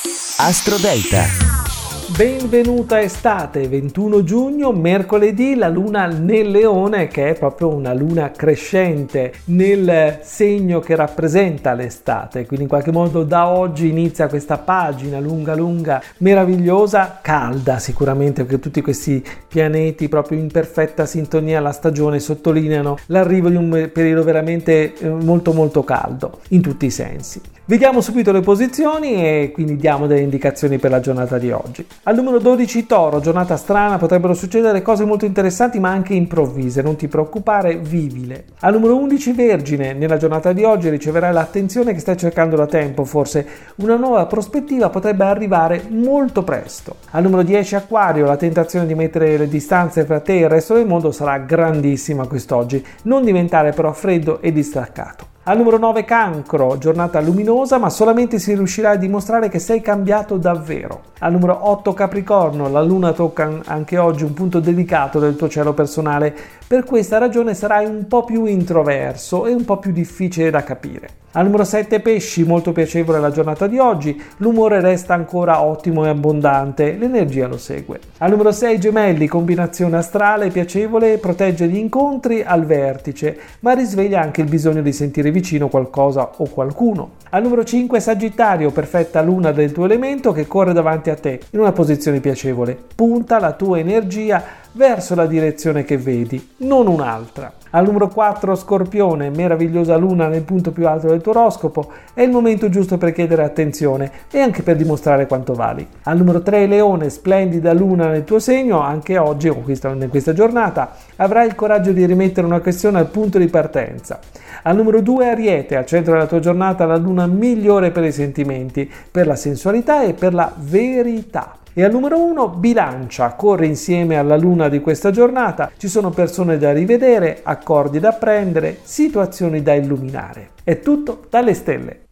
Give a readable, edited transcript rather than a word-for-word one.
Astro Delta. Benvenuta estate, 21 giugno, mercoledì, la luna nel Leone, che è proprio una luna crescente nel segno che rappresenta l'estate, quindi in qualche modo da oggi inizia questa pagina lunga, meravigliosa, calda sicuramente, perché tutti questi pianeti proprio in perfetta sintonia alla stagione sottolineano l'arrivo di un periodo veramente molto caldo in tutti i sensi. Vediamo subito le posizioni e quindi diamo delle indicazioni per la giornata di oggi. Al numero 12 Toro, giornata strana, potrebbero succedere cose molto interessanti ma anche improvvise, non ti preoccupare, vivile. Al numero 11 Vergine, nella giornata di oggi riceverai l'attenzione che stai cercando da tempo, forse una nuova prospettiva potrebbe arrivare molto presto. Al numero 10 Acquario, la tentazione di mettere le distanze fra te e il resto del mondo sarà grandissima quest'oggi, non diventare però freddo e distaccato. Al numero 9 Cancro, giornata luminosa ma solamente se riuscirai a dimostrare che sei cambiato davvero. Al numero 8 Capricorno, la luna tocca anche oggi un punto delicato del tuo cielo personale, per questa ragione sarai un po' più introverso e un po' più difficile da capire. Al numero 7 Pesci, molto piacevole la giornata di oggi, l'umore resta ancora ottimo e abbondante, l'energia lo segue. Al numero 6 Gemelli, combinazione astrale piacevole, protegge gli incontri al vertice, ma risveglia anche il bisogno di sentire vicino qualcosa o qualcuno. Al numero 5 Sagittario, perfetta luna del tuo elemento che corre davanti a te in una posizione piacevole. Punta la tua energia verso la direzione che vedi, non un'altra. Al numero 4 Scorpione, meravigliosa luna nel punto più alto del tuo oroscopo, è il momento giusto per chiedere attenzione e anche per dimostrare quanto vali. Al numero 3 Leone, splendida luna nel tuo segno, anche oggi o in questa giornata avrai il coraggio di rimettere una questione al punto di partenza. Al numero 2 Ariete, al centro della tua giornata la luna migliore per i sentimenti, per la sensualità e per la verità. E al numero 1 Bilancia, corre insieme alla luna di questa giornata, ci sono persone da rivedere, accordi da prendere, situazioni da illuminare. È tutto dalle stelle.